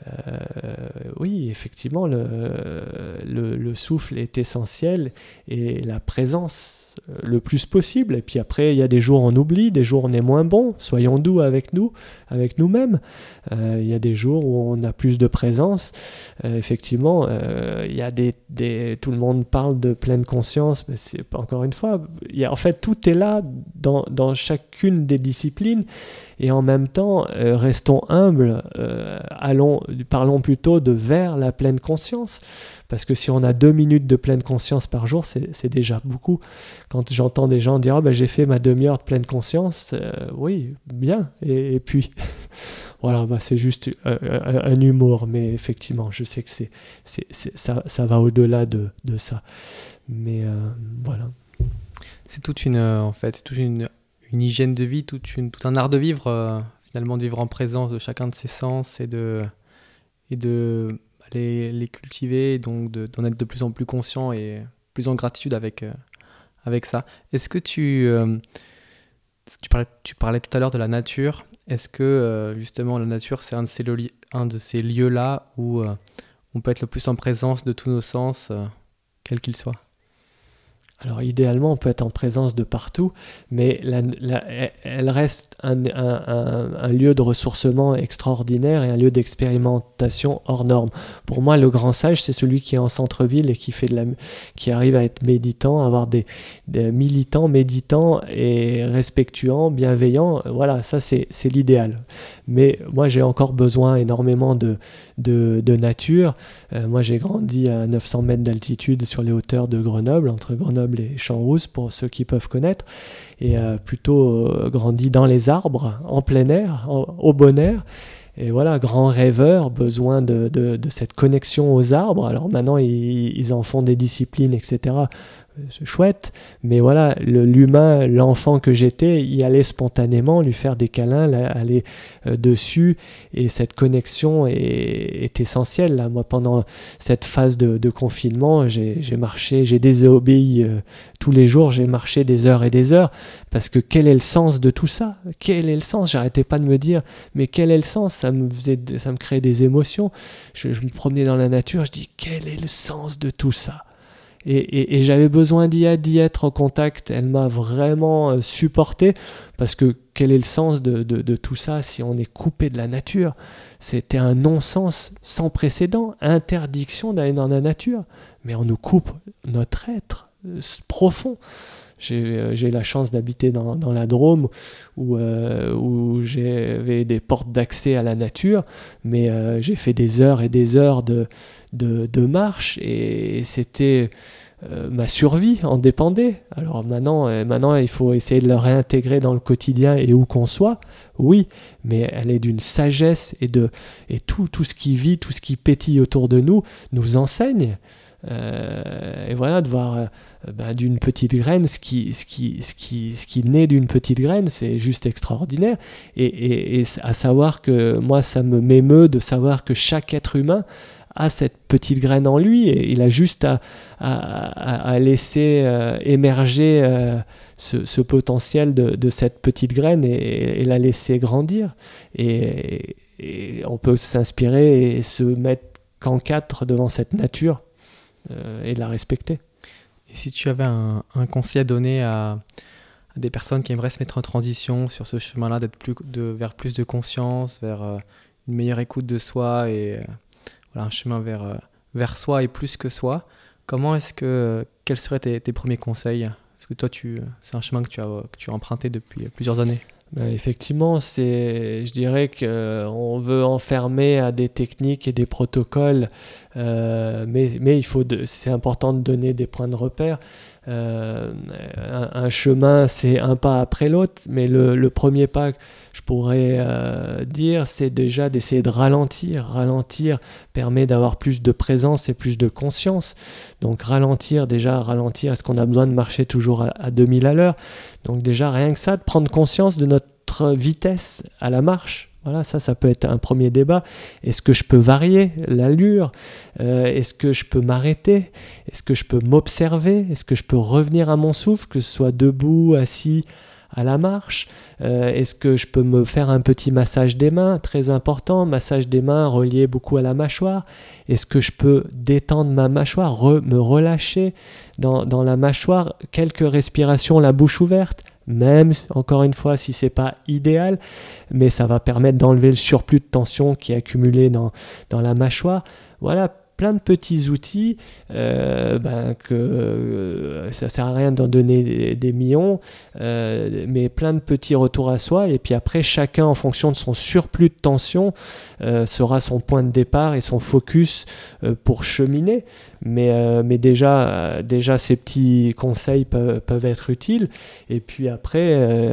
Oui, effectivement, le souffle est essentiel et la présence le plus possible. Et puis après, il y a des jours où on oublie, des jours où on est moins bon. Soyons doux avec nous-mêmes. Il y a des jours où on a plus de présence. Effectivement, il y a tout le monde parle de pleine conscience, mais c'est encore une fois, en fait, tout est là dans chacune des disciplines. Et en même temps, restons humbles, parlons plutôt de vers la pleine conscience. Parce que si on a 2 minutes de pleine conscience par jour, c'est déjà beaucoup. Quand j'entends des gens dire j'ai fait ma demi-heure de pleine conscience, oui, bien. Et puis, voilà, c'est juste un humour. Mais effectivement, je sais que ça va au-delà de ça. Mais voilà. C'est toute une hygiène de vie, tout un art de vivre, finalement, de vivre en présence de chacun de ses sens et de les cultiver, et donc d'en être de plus en plus conscient et plus en gratitude avec ça. Est-ce que tu parlais tout à l'heure de la nature. Est-ce que justement la nature, c'est un de ces lieux-là où on peut être le plus en présence de tous nos sens, quels qu'ils soient? Alors idéalement, on peut être en présence de partout, mais elle reste un lieu de ressourcement extraordinaire et un lieu d'expérimentation hors norme. Pour moi, le grand sage, c'est celui qui est en centre-ville et qui arrive à être méditant, à avoir des militants, méditants et respectuants, bienveillants. Voilà, ça c'est l'idéal. Mais moi, j'ai encore besoin énormément de nature. Moi, j'ai grandi à 900 mètres d'altitude sur les hauteurs de Grenoble, entre Grenoble et Champs-Rousse, pour ceux qui peuvent connaître, et plutôt grandi dans les arbres, en plein air, au bon air. Et voilà, grand rêveur, besoin de cette connexion aux arbres. Alors maintenant, ils en font des disciplines, etc. C'est chouette, mais voilà, l'humain, l'enfant que j'étais, y allait spontanément, lui faire des câlins, aller dessus, et cette connexion est essentielle. Là. Moi, pendant cette phase de confinement, j'ai marché, j'ai désobéi tous les jours, j'ai marché des heures et des heures, parce que quel est le sens de tout ça? Quel est le sens? J'arrêtais pas de me dire, mais quel est le sens? Ça me créait des émotions. Je me promenais dans la nature, je dis, quel est le sens de tout ça? Et j'avais besoin d'y être en contact. Elle m'a vraiment supporté, parce que quel est le sens de tout ça si on est coupé de la nature? C'était un non-sens sans précédent, interdiction d'aller dans la nature, mais on nous coupe notre être profond. J'ai la chance d'habiter dans la Drôme où j'avais des portes d'accès à la nature, mais j'ai fait des heures et des heures de marche, et c'était ma survie en dépendait. Alors maintenant, il faut essayer de le réintégrer dans le quotidien et où qu'on soit, oui, mais elle est d'une sagesse, et tout ce qui vit, tout ce qui pétille autour de nous enseigne. Et voilà, de voir d'une petite graine ce qui naît d'une petite graine, c'est juste extraordinaire. Et à savoir que moi, ça m'émeut de savoir que chaque être humain a cette petite graine en lui, et il a juste à laisser émerger ce potentiel de cette petite graine, et la laisser grandir. Et on peut s'inspirer et se mettre qu'en quatre devant cette nature, et de la respecter. Et si tu avais un conseil à donner à des personnes qui aimeraient se mettre en transition sur ce chemin-là, vers plus de conscience, vers une meilleure écoute de soi, et un chemin vers soi et plus que soi, quels seraient tes premiers conseils? Parce que toi, c'est un chemin que tu as emprunté depuis plusieurs années. Effectivement, je dirais qu'on veut enfermer à des techniques et des protocoles, mais c'est important de donner des points de repère. Un chemin, c'est un pas après l'autre, mais le premier pas que je pourrais dire, c'est déjà d'essayer de ralentir. Ralentir permet d'avoir plus de présence et plus de conscience. Donc ralentir, est-ce qu'on a besoin de marcher toujours à 2000 à l'heure? Donc déjà, rien que ça, de prendre conscience de notre vitesse à la marche. Voilà, ça peut être un premier débat. Est-ce que je peux varier l'allure? Est-ce que je peux m'arrêter? Est-ce que je peux m'observer? Est-ce que je peux revenir à mon souffle, que ce soit debout, assis, à la marche? Est-ce que je peux me faire un petit massage des mains? Très important, massage des mains relié beaucoup à la mâchoire. Est-ce que je peux détendre ma mâchoire, me relâcher dans la mâchoire? Quelques respirations, la bouche ouverte. Même, encore une fois, si c'est pas idéal, mais ça va permettre d'enlever le surplus de tension qui est accumulé dans la mâchoire. Voilà, plein de petits outils ça sert à rien d'en donner des millions, mais plein de petits retours à soi. Et puis après, chacun, en fonction de son surplus de tension, sera son point de départ et son focus pour cheminer. Mais déjà, ces petits conseils peuvent être utiles. Et puis après,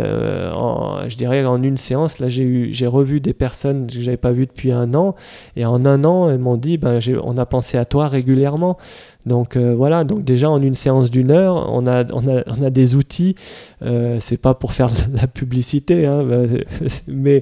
je dirais en une séance, là j'ai revu des personnes que je n'avais pas vues depuis 1 an. Et en 1 an, elles m'ont dit, on a pensé à toi régulièrement. Donc voilà, donc déjà en une séance d'1 heure, on a des outils. C'est pas pour faire de la publicité, hein, mais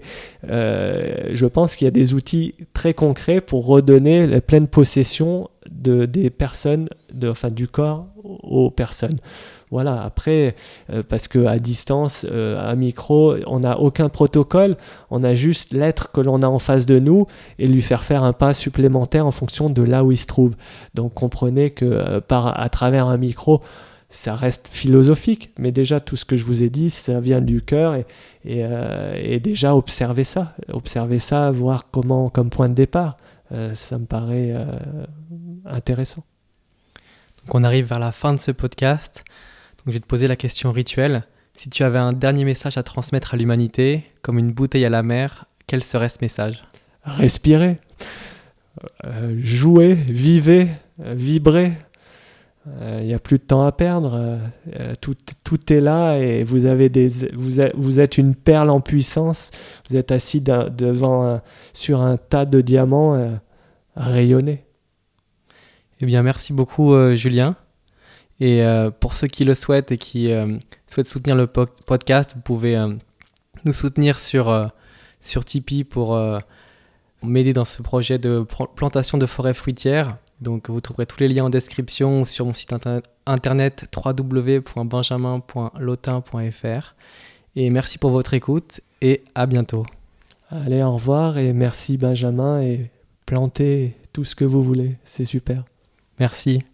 je pense qu'il y a des outils très concrets pour redonner la pleine possession des personnes, du corps aux personnes. Voilà, après, parce qu'à distance, à micro, on n'a aucun protocole, on a juste l'être que l'on a en face de nous et lui faire un pas supplémentaire en fonction de là où il se trouve. Donc comprenez que à travers un micro, ça reste philosophique, mais déjà tout ce que je vous ai dit, ça vient du cœur et déjà observez ça, voir comment comme point de départ. Ça me paraît intéressant. Donc on arrive vers la fin de ce podcast. Donc je vais te poser la question rituelle. Si tu avais un dernier message à transmettre à l'humanité, comme une bouteille à la mer, quel serait ce message ? Respirez, jouez, vivez, vibrez. Il n'y a plus de temps à perdre. Tout est là et vous êtes une perle en puissance. Vous êtes assis sur un tas de diamants à rayonner. Eh bien, merci beaucoup, Julien. Et pour ceux qui le souhaitent et qui souhaitent soutenir le podcast, vous pouvez nous soutenir sur Tipeee pour m'aider dans ce projet de plantation de forêts fruitières. Donc, vous trouverez tous les liens en description sur mon site internet www.benjamin.lotin.fr. Et merci pour votre écoute et à bientôt. Allez, au revoir et merci Benjamin et plantez tout ce que vous voulez, c'est super. Merci.